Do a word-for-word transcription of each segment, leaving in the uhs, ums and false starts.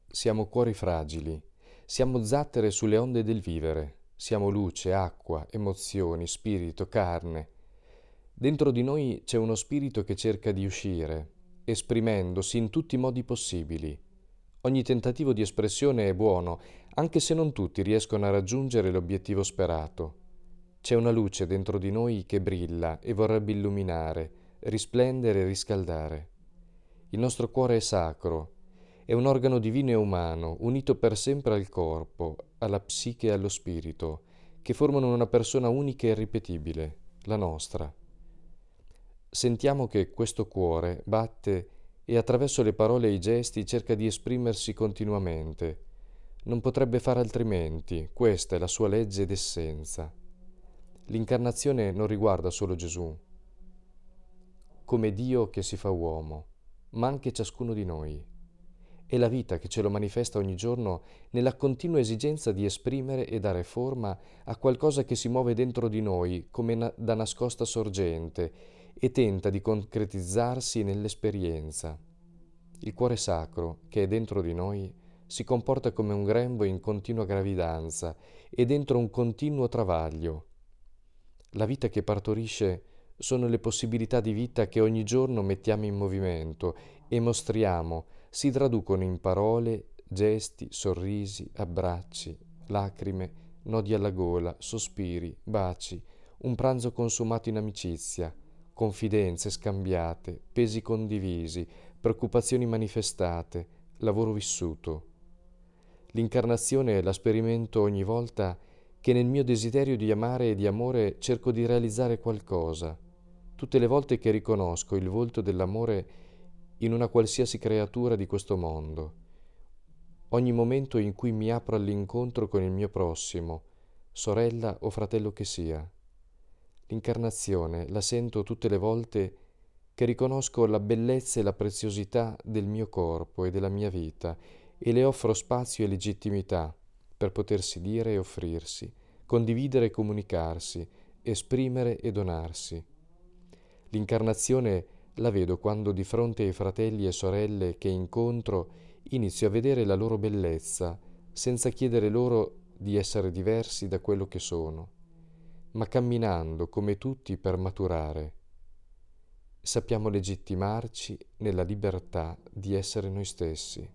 Siamo cuori fragili, siamo zattere sulle onde del vivere, siamo luce, acqua, emozioni, spirito, carne. Dentro di noi c'è uno spirito che cerca di uscire, esprimendosi in tutti i modi possibili. Ogni tentativo di espressione è buono, anche se non tutti riescono a raggiungere l'obiettivo sperato. C'è una luce dentro di noi che brilla e vorrebbe illuminare, risplendere e riscaldare. Il nostro cuore è sacro, è un organo divino e umano, unito per sempre al corpo, alla psiche e allo spirito, che formano una persona unica e irripetibile, la nostra. Sentiamo che questo cuore batte e attraverso le parole e i gesti cerca di esprimersi continuamente. Non potrebbe fare altrimenti, questa è la sua legge ed essenza. L'incarnazione non riguarda solo Gesù, come Dio che si fa uomo, ma anche ciascuno di noi. È la vita che ce lo manifesta ogni giorno nella continua esigenza di esprimere e dare forma a qualcosa che si muove dentro di noi come na- da nascosta sorgente e tenta di concretizzarsi nell'esperienza. Il cuore sacro, che è dentro di noi, si comporta come un grembo in continua gravidanza e dentro un continuo travaglio. La vita che partorisce sono le possibilità di vita che ogni giorno mettiamo in movimento e mostriamo, si traducono in parole, gesti, sorrisi, abbracci, lacrime, nodi alla gola, sospiri, baci, un pranzo consumato in amicizia, confidenze scambiate, pesi condivisi, preoccupazioni manifestate, lavoro vissuto. L'incarnazione la sperimento ogni volta che nel mio desiderio di amare e di amore cerco di realizzare qualcosa. Tutte le volte che riconosco il volto dell'amore in una qualsiasi creatura di questo mondo. Ogni momento in cui mi apro all'incontro con il mio prossimo, sorella o fratello che sia. L'incarnazione la sento tutte le volte che riconosco la bellezza e la preziosità del mio corpo e della mia vita e le offro spazio e legittimità per potersi dire e offrirsi, condividere e comunicarsi, esprimere e donarsi. L'incarnazione la vedo quando di fronte ai fratelli e sorelle che incontro inizio a vedere la loro bellezza, senza chiedere loro di essere diversi da quello che sono, ma camminando come tutti per maturare. Sappiamo legittimarci nella libertà di essere noi stessi.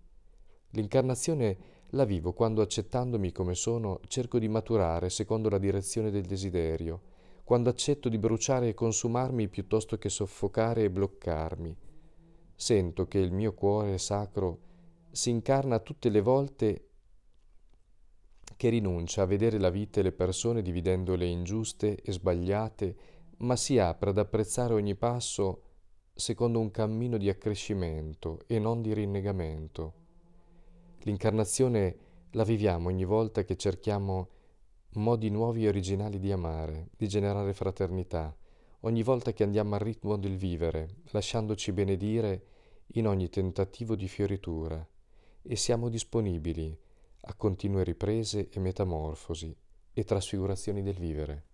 L'incarnazione la vivo quando, accettandomi come sono, cerco di maturare secondo la direzione del desiderio, quando accetto di bruciare e consumarmi piuttosto che soffocare e bloccarmi. Sento che il mio cuore sacro si incarna tutte le volte che rinuncia a vedere la vita e le persone dividendole in giuste e sbagliate, ma si apre ad apprezzare ogni passo secondo un cammino di accrescimento e non di rinnegamento. L'incarnazione la viviamo ogni volta che cerchiamo modi nuovi e originali di amare, di generare fraternità, ogni volta che andiamo al ritmo del vivere, lasciandoci benedire in ogni tentativo di fioritura, e siamo disponibili a continue riprese e metamorfosi e trasfigurazioni del vivere.